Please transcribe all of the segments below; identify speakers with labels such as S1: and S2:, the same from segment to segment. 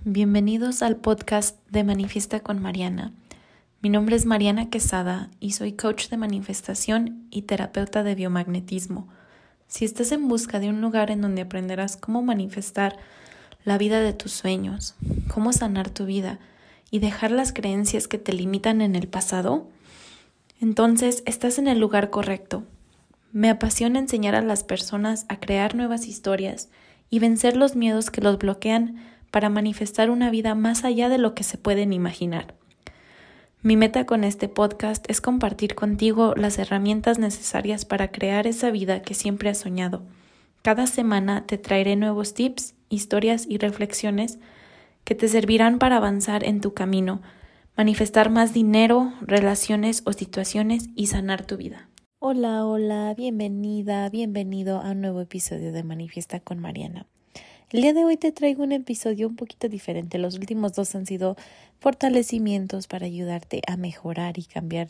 S1: Bienvenidos al podcast de Manifiesta con Mariana. Mi nombre es Mariana Quesada y soy coach de manifestación y terapeuta de biomagnetismo. Si estás en busca de un lugar en donde aprenderás cómo manifestar la vida de tus sueños, cómo sanar tu vida y dejar las creencias que te limitan en el pasado, entonces estás en el lugar correcto. Me apasiona enseñar a las personas a crear nuevas historias y vencer los miedos que los bloquean para manifestar una vida más allá de lo que se pueden imaginar. Mi meta con este podcast es compartir contigo las herramientas necesarias para crear esa vida que siempre has soñado. Cada semana te traeré nuevos tips, historias y reflexiones que te servirán para avanzar en tu camino, manifestar más dinero, relaciones o situaciones y sanar tu vida. Hola, bienvenido a un nuevo episodio de Manifiesta con Mariana. El día de hoy te traigo un episodio un poquito diferente. Los últimos dos han sido fortalecimientos para ayudarte a mejorar y cambiar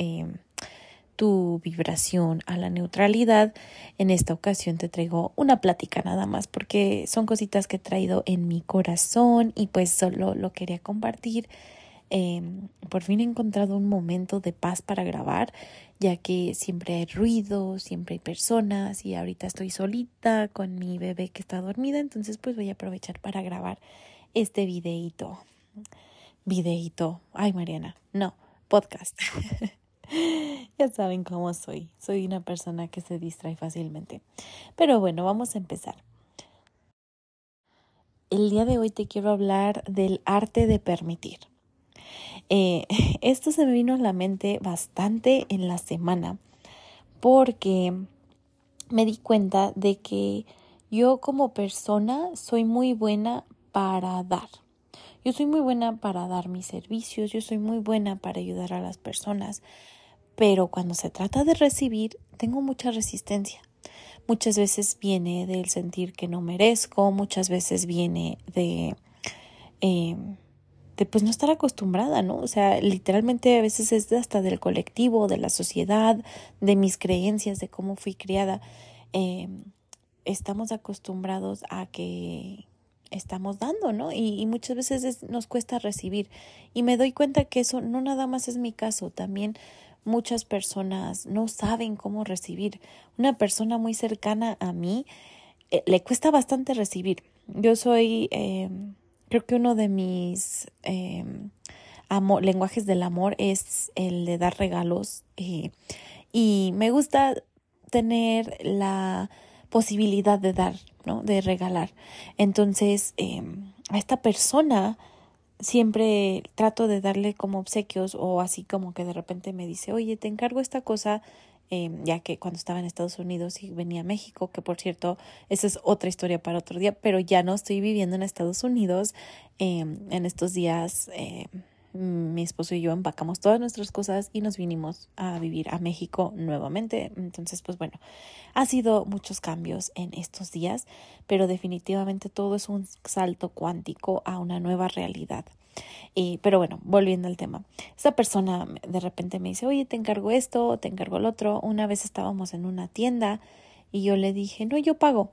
S1: tu vibración a la neutralidad. En esta ocasión te traigo una plática nada más porque son cositas que he traído en mi corazón y pues solo lo quería compartir. Por fin he encontrado un momento de paz para grabar, ya que siempre hay ruido, siempre hay personas y ahorita estoy solita con mi bebé que está dormida, entonces pues voy a aprovechar para grabar este videíto. Ay Mariana, no, podcast. Ya saben cómo soy una persona que se distrae fácilmente. Pero bueno, vamos a empezar. El día de hoy te quiero hablar del arte de permitir. Esto se me vino a la mente bastante en la semana porque me di cuenta de que yo como persona soy muy buena para dar. Yo soy muy buena para dar mis servicios, yo soy muy buena para ayudar a las personas, pero cuando se trata de recibir, tengo mucha resistencia. Muchas veces viene del sentir que no merezco, muchas veces viene de pues no estar acostumbrada, ¿no? O sea, literalmente a veces es hasta del colectivo, de la sociedad, de mis creencias, de cómo fui criada. Estamos acostumbrados a que estamos dando, ¿no? Y muchas veces nos cuesta recibir. Y me doy cuenta que eso no nada más es mi caso, también muchas personas no saben cómo recibir. Una persona muy cercana a mí le cuesta bastante recibir. Yo soy... creo que uno de mis lenguajes del amor es el de dar regalos y me gusta tener la posibilidad de dar, ¿no? De regalar. Entonces, a esta persona siempre trato de darle como obsequios o así como que de repente me dice, oye, te encargo esta cosa, ya que cuando estaba en Estados Unidos y venía a México, que por cierto, esa es otra historia para otro día, pero ya no estoy viviendo en Estados Unidos. En estos días mi esposo y yo empacamos todas nuestras cosas y nos vinimos a vivir a México nuevamente. Entonces, pues bueno, ha sido muchos cambios en estos días, pero definitivamente todo es un salto cuántico a una nueva realidad. Pero bueno, volviendo al tema. Esa persona de repente me dice, oye, te encargo esto, te encargo el otro. Una vez estábamos en una tienda y yo le dije, no, yo pago.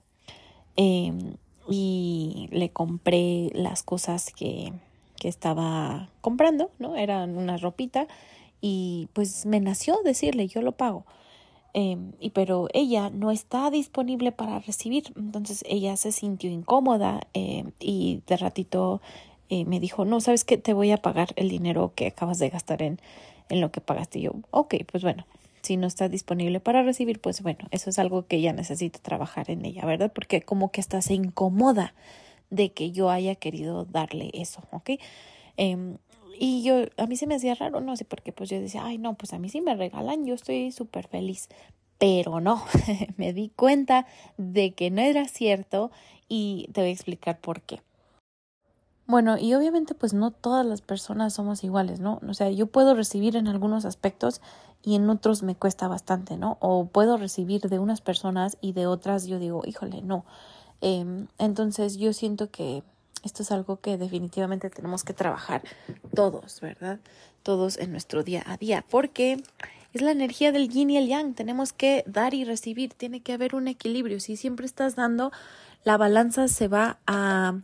S1: Y le compré las cosas que estaba comprando, ¿no? Eran una ropita y pues me nació decirle, yo lo pago. Pero ella no está disponible para recibir, entonces ella se sintió incómoda y de ratito me dijo, no, ¿sabes qué? Te voy a pagar el dinero que acabas de gastar en lo que pagaste. Y yo, ok, pues bueno, si no está disponible para recibir, pues bueno, eso es algo que ella necesita trabajar en ella, ¿verdad? Porque como que hasta se incomoda de que yo haya querido darle eso, ¿ok? Y a mí se me hacía raro, no sé por qué, pues yo decía, ay no, pues a mí sí me regalan, yo estoy súper feliz. Pero no, me di cuenta de que no era cierto y te voy a explicar por qué. Bueno, y obviamente pues no todas las personas somos iguales, ¿no? O sea, yo puedo recibir en algunos aspectos y en otros me cuesta bastante, ¿no? O puedo recibir de unas personas y de otras yo digo, híjole, no. Entonces yo siento que esto es algo que definitivamente tenemos que trabajar todos, ¿verdad? Todos en nuestro día a día, porque es la energía del yin y el yang. Tenemos que dar y recibir, tiene que haber un equilibrio. Si siempre estás dando, la balanza se va a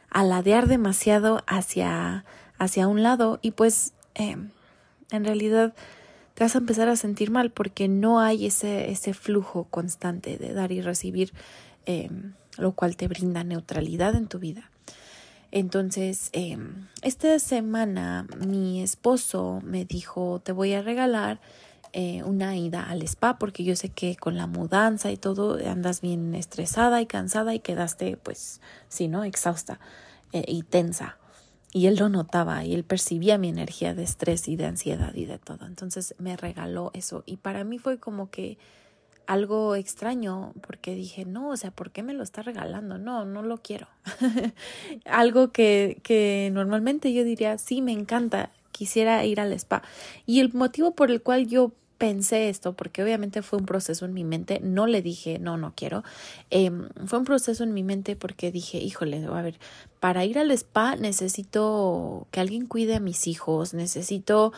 S1: aladear demasiado hacia un lado y pues en realidad te vas a empezar a sentir mal porque no hay ese flujo constante de dar y recibir, lo cual te brinda neutralidad en tu vida. Entonces, esta semana mi esposo me dijo, te voy a regalar una ida al spa porque yo sé que con la mudanza y todo andas bien estresada y cansada y quedaste pues, sí, ¿no? Exhausta y tensa. Y él lo notaba y él percibía mi energía de estrés y de ansiedad y de todo. Entonces me regaló eso y para mí fue como que algo extraño porque dije, no, o sea, ¿por qué me lo está regalando? No lo quiero. Algo que normalmente yo diría, sí, me encanta, quisiera ir al spa. Y el motivo por el cual yo pensé esto, porque obviamente fue un proceso en mi mente, no le dije, no quiero, fue un proceso en mi mente porque dije, híjole, a ver, para ir al spa necesito que alguien cuide a mis hijos, necesito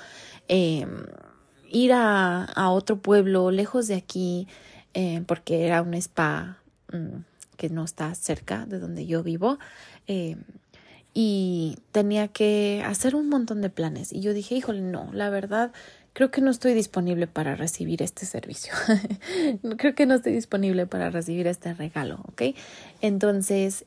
S1: ir a otro pueblo lejos de aquí, porque era un spa que no está cerca de donde yo vivo, y tenía que hacer un montón de planes. Y yo dije, híjole, no, la verdad, creo que no estoy disponible para recibir este servicio. Creo que no estoy disponible para recibir este regalo, ¿ok? Entonces,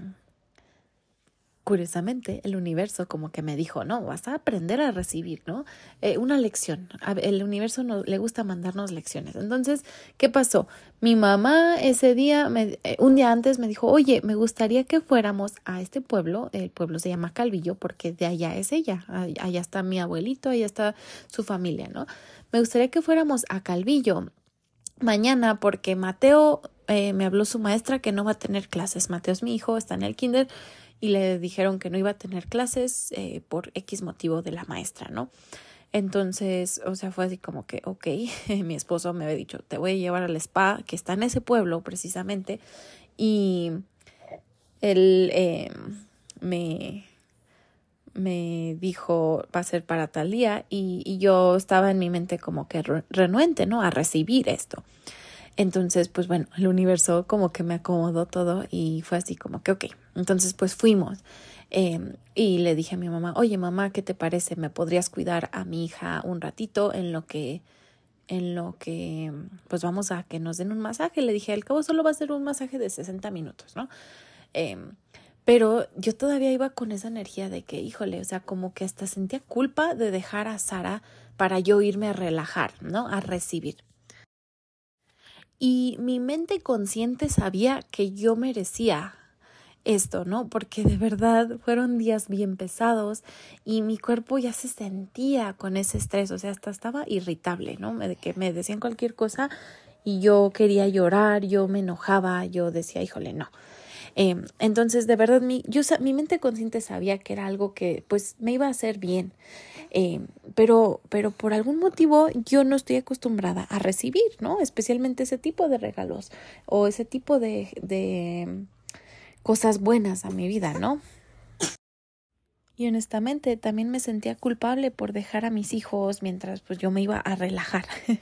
S1: curiosamente, el universo como que me dijo, no, vas a aprender a recibir, ¿no? Una lección. El universo le gusta mandarnos lecciones. Entonces, ¿qué pasó? Mi mamá ese día, un día antes me dijo, oye, me gustaría que fuéramos a este pueblo. El pueblo se llama Calvillo porque de allá es ella. Allá está mi abuelito, allá está su familia, ¿no? Me gustaría que fuéramos a Calvillo mañana porque Mateo, me habló su maestra que no va a tener clases. Mateo es mi hijo, está en el kinder. Y le dijeron que no iba a tener clases por X motivo de la maestra, ¿no? Entonces, o sea, fue así como que, ok, mi esposo me había dicho, te voy a llevar al spa que está en ese pueblo precisamente. Y él me dijo, va a ser para tal día. Y yo estaba en mi mente como que renuente, ¿no? A recibir esto. Entonces, pues bueno, el universo como que me acomodó todo y fue así como que, ok, entonces pues fuimos y le dije a mi mamá, oye mamá, ¿qué te parece? ¿Me podrías cuidar a mi hija un ratito en lo que pues vamos a que nos den un masaje? Le dije, al cabo solo va a ser un masaje de 60 minutos, ¿no? Pero yo todavía iba con esa energía de que, híjole, o sea, como que hasta sentía culpa de dejar a Sara para yo irme a relajar, ¿no? A recibir. Y mi mente consciente sabía que yo merecía esto, ¿no? Porque de verdad fueron días bien pesados y mi cuerpo ya se sentía con ese estrés, o sea, hasta estaba irritable, ¿no? De que me decían cualquier cosa y yo quería llorar, yo me enojaba, yo decía, híjole, no. Entonces, de verdad, mi mente consciente sabía que era algo que pues me iba a hacer bien. Pero por algún motivo yo no estoy acostumbrada a recibir, ¿no? Especialmente ese tipo de regalos o ese tipo de cosas buenas a mi vida, ¿no? Y honestamente también me sentía culpable por dejar a mis hijos mientras pues yo me iba a relajar.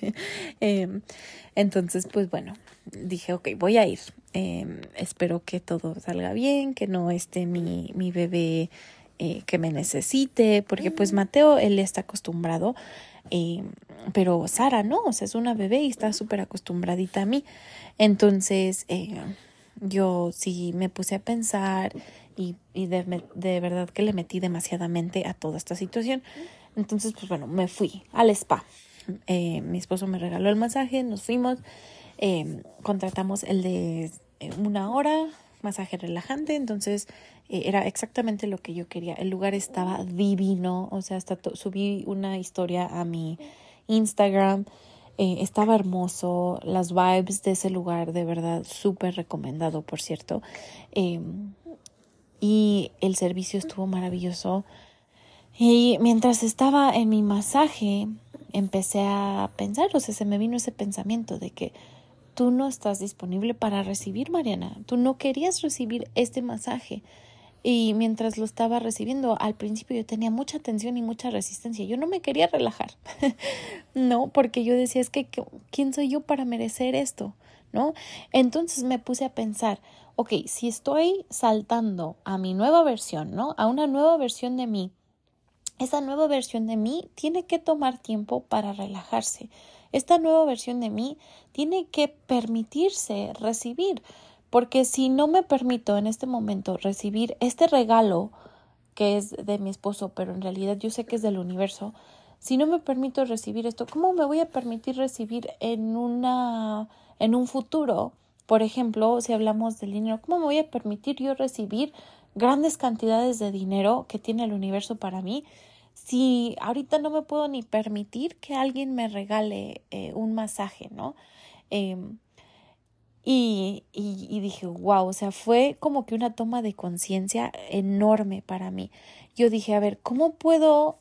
S1: Entonces pues bueno, dije ok, voy a ir. Espero que todo salga bien, que no esté mi bebé que me necesite, porque pues Mateo, él está acostumbrado, pero Sara no, o sea, es una bebé y está súper acostumbradita a mí. Entonces yo sí me puse a pensar y de verdad que le metí demasiadamente a toda esta situación. Entonces, pues bueno, me fui al spa. Mi esposo me regaló el masaje, nos fuimos, contratamos el de 1 hora, masaje relajante, entonces era exactamente lo que yo quería. El lugar estaba divino, o sea, hasta subí una historia a mi Instagram. Estaba hermoso, las vibes de ese lugar, de verdad, súper recomendado, por cierto. Y el servicio estuvo maravilloso. Y mientras estaba en mi masaje, empecé a pensar, o sea, se me vino ese pensamiento de que tú no estás disponible para recibir, Mariana. Tú no querías recibir este masaje. Y mientras lo estaba recibiendo, al principio yo tenía mucha tensión y mucha resistencia. Yo no me quería relajar, ¿no? Porque yo decía, es que ¿quién soy yo para merecer esto? ¿No? Entonces me puse a pensar, ok, si estoy saltando a mi nueva versión, ¿no? A una nueva versión de mí, esa nueva versión de mí tiene que tomar tiempo para relajarse. Esta nueva versión de mí tiene que permitirse recibir, porque si no me permito en este momento recibir este regalo que es de mi esposo, pero en realidad yo sé que es del universo, si no me permito recibir esto, ¿cómo me voy a permitir recibir en un futuro? Por ejemplo, si hablamos del dinero, ¿cómo me voy a permitir yo recibir grandes cantidades de dinero que tiene el universo para mí si ahorita no me puedo ni permitir que alguien me regale un masaje, ¿no? Y dije, wow, o sea, fue como que una toma de conciencia enorme para mí. Yo dije, a ver, ¿cómo puedo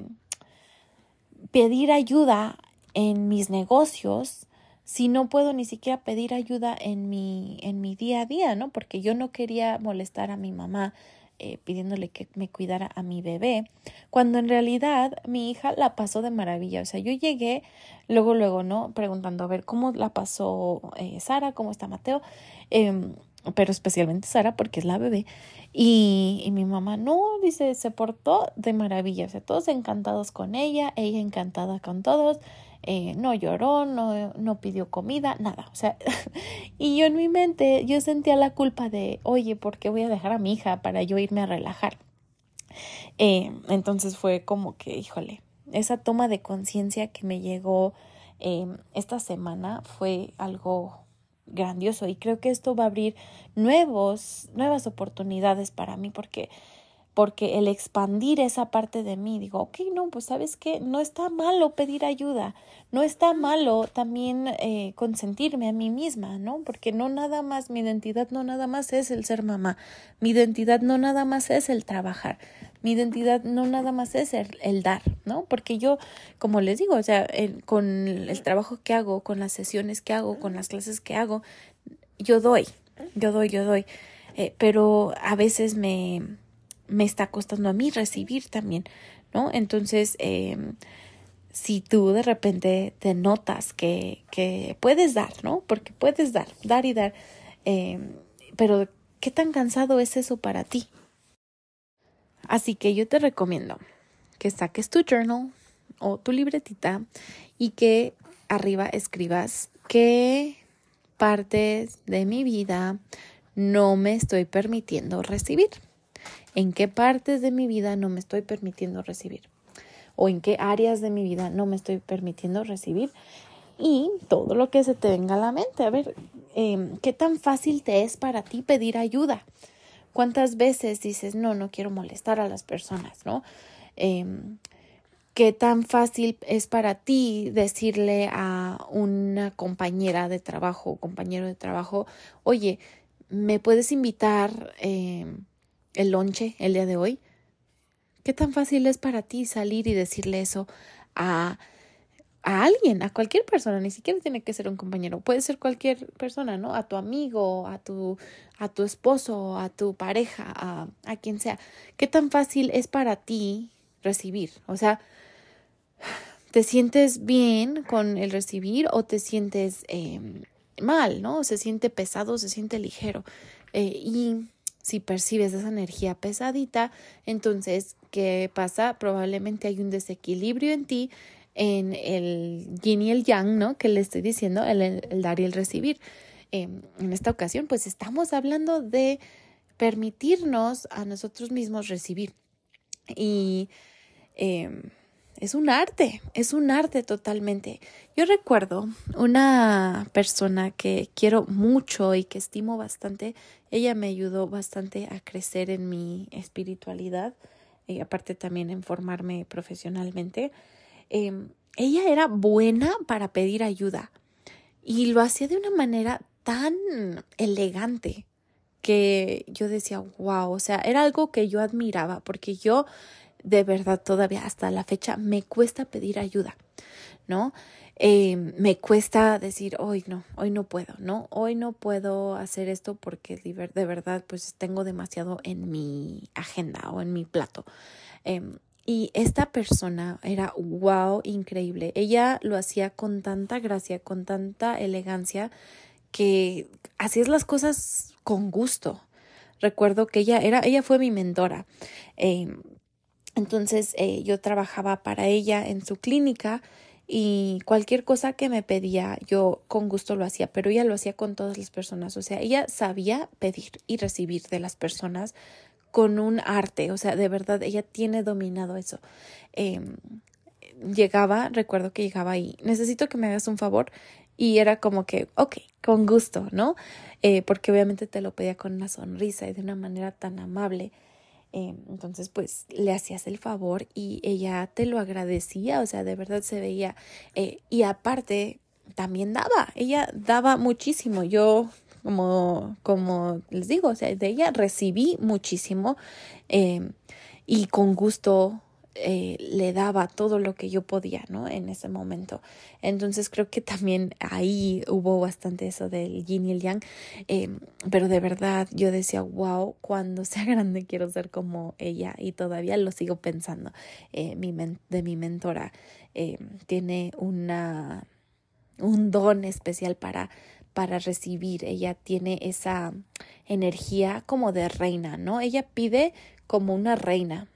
S1: pedir ayuda en mis negocios si no puedo ni siquiera pedir ayuda en mi día a día, ¿no? Porque yo no quería molestar a mi mamá pidiéndole que me cuidara a mi bebé, cuando en realidad mi hija la pasó de maravilla. O sea, yo llegué luego, ¿no? Preguntando, a ver, ¿cómo la pasó Sara? ¿Cómo está Mateo? Pero especialmente Sara porque es la bebé. Y mi mamá, no, dice, se portó de maravilla. O sea, todos encantados con ella encantada con todos. No lloró, no pidió comida, nada. O sea, y yo en mi mente, yo sentía la culpa de, oye, ¿por qué voy a dejar a mi hija para yo irme a relajar? Entonces fue como que, híjole, esa toma de conciencia que me llegó esta semana fue algo grandioso y creo que esto va a abrir nuevas oportunidades para mí porque el expandir esa parte de mí, digo, ok, no, pues sabes qué, no está malo pedir ayuda, no está malo también consentirme a mí misma, ¿no? Porque no nada más, mi identidad no nada más es el ser mamá, mi identidad no nada más es el trabajar, mi identidad no nada más es el dar, ¿no? Porque yo, como les digo, o sea, con el trabajo que hago, con las sesiones que hago, con las clases que hago, yo doy, pero a veces me está costando a mí recibir también, ¿no? Entonces, si tú de repente te notas que puedes dar, ¿no? Porque puedes dar y dar, pero ¿qué tan cansado es eso para ti? Así que yo te recomiendo que saques tu journal o tu libretita y que arriba escribas qué partes de mi vida no me estoy permitiendo recibir. ¿En qué partes de mi vida no me estoy permitiendo recibir? ¿O en qué áreas de mi vida no me estoy permitiendo recibir? Y todo lo que se te venga a la mente. A ver, ¿qué tan fácil te es para ti pedir ayuda? ¿Cuántas veces dices, no quiero molestar a las personas, ¿no? ¿Qué tan fácil es para ti decirle a una compañera de trabajo o compañero de trabajo, oye, ¿me puedes invitar el lonche el día de hoy? ¿Qué tan fácil es para ti salir y decirle eso a alguien, a cualquier persona? Ni siquiera tiene que ser un compañero, puede ser cualquier persona, ¿no? A tu amigo, a tu esposo, a tu pareja, a quien sea. ¿Qué tan fácil es para ti recibir? O sea, ¿te sientes bien con el recibir o te sientes mal, ¿no? Se siente pesado, se siente ligero. Y si percibes esa energía pesadita, entonces, ¿qué pasa? Probablemente hay un desequilibrio en ti, en el yin y el yang, ¿no? Que le estoy diciendo, el dar y el recibir. En esta ocasión, pues estamos hablando de permitirnos a nosotros mismos recibir. Y es un arte totalmente. Yo recuerdo una persona que quiero mucho y que estimo bastante. Ella me ayudó bastante a crecer en mi espiritualidad y aparte también en formarme profesionalmente. Ella era buena para pedir ayuda y lo hacía de una manera tan elegante que yo decía, wow, o sea, era algo que yo admiraba porque yo de verdad todavía hasta la fecha me cuesta pedir ayuda, ¿no? Me cuesta decir, hoy no puedo, ¿no? Hoy no puedo hacer esto porque de verdad pues tengo demasiado en mi agenda o en mi plato. Y esta persona era wow, increíble. Ella lo hacía con tanta gracia, con tanta elegancia, que hacías las cosas con gusto. Recuerdo que ella fue mi mentora. Entonces yo trabajaba para ella en su clínica y cualquier cosa que me pedía yo con gusto lo hacía, pero ella lo hacía con todas las personas. O sea, ella sabía pedir y recibir de las personas con un arte. O sea, de verdad, ella tiene dominado eso. Recuerdo que llegaba y necesito que me hagas un favor. Y era como que, ok, con gusto, ¿no? Porque obviamente te lo pedía con una sonrisa y de una manera tan amable. Entonces, pues, le hacías el favor y ella te lo agradecía, o sea, de verdad se veía. Y aparte, también ella daba muchísimo. Yo, como les digo, o sea, de ella recibí muchísimo y con gusto le daba todo lo que yo podía, ¿no? En ese momento. Entonces creo que también ahí hubo bastante eso del yin y el yang, pero de verdad yo decía, wow, cuando sea grande quiero ser como ella y todavía lo sigo pensando. De mi mentora tiene un don especial para recibir. Ella tiene esa energía como de reina, ¿no? Ella pide como una reina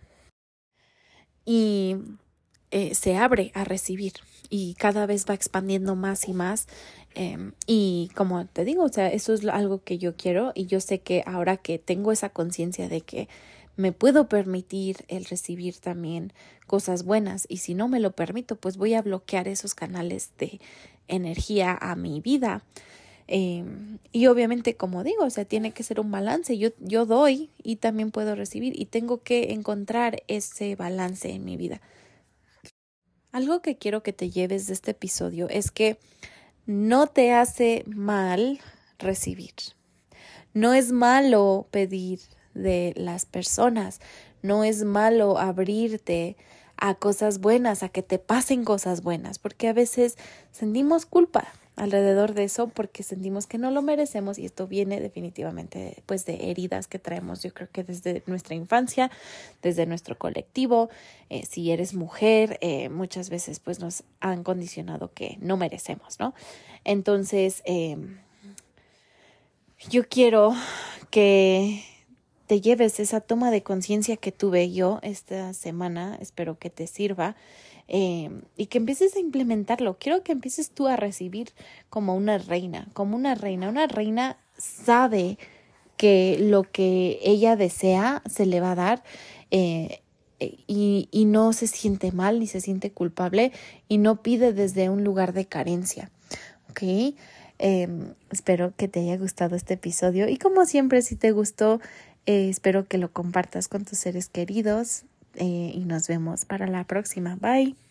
S1: y se abre a recibir y cada vez va expandiendo más y más. Y como te digo, o sea, eso es algo que yo quiero y yo sé que ahora que tengo esa conciencia de que me puedo permitir el recibir también cosas buenas y si no me lo permito, pues voy a bloquear esos canales de energía a mi vida. Y obviamente, como digo, o sea, tiene que ser un balance. Yo doy y también puedo recibir y tengo que encontrar ese balance en mi vida. Algo que quiero que te lleves de este episodio es que no te hace mal recibir. No es malo pedir de las personas. No es malo abrirte a cosas buenas, a que te pasen cosas buenas, porque a veces sentimos culpa alrededor de eso porque sentimos que no lo merecemos y esto viene definitivamente pues de heridas que traemos, yo creo que desde nuestra infancia, desde nuestro colectivo. Si eres mujer, muchas veces pues nos han condicionado que no merecemos, ¿no? Entonces, yo quiero que te lleves esa toma de conciencia que tuve yo esta semana, espero que te sirva y que empieces a implementarlo. Quiero que empieces tú a recibir como una reina, Una reina sabe que lo que ella desea se le va a dar y no se siente mal ni se siente culpable y no pide desde un lugar de carencia, ¿ok? Espero que te haya gustado este episodio y como siempre, si te gustó, espero que lo compartas con tus seres queridos y nos vemos para la próxima. Bye.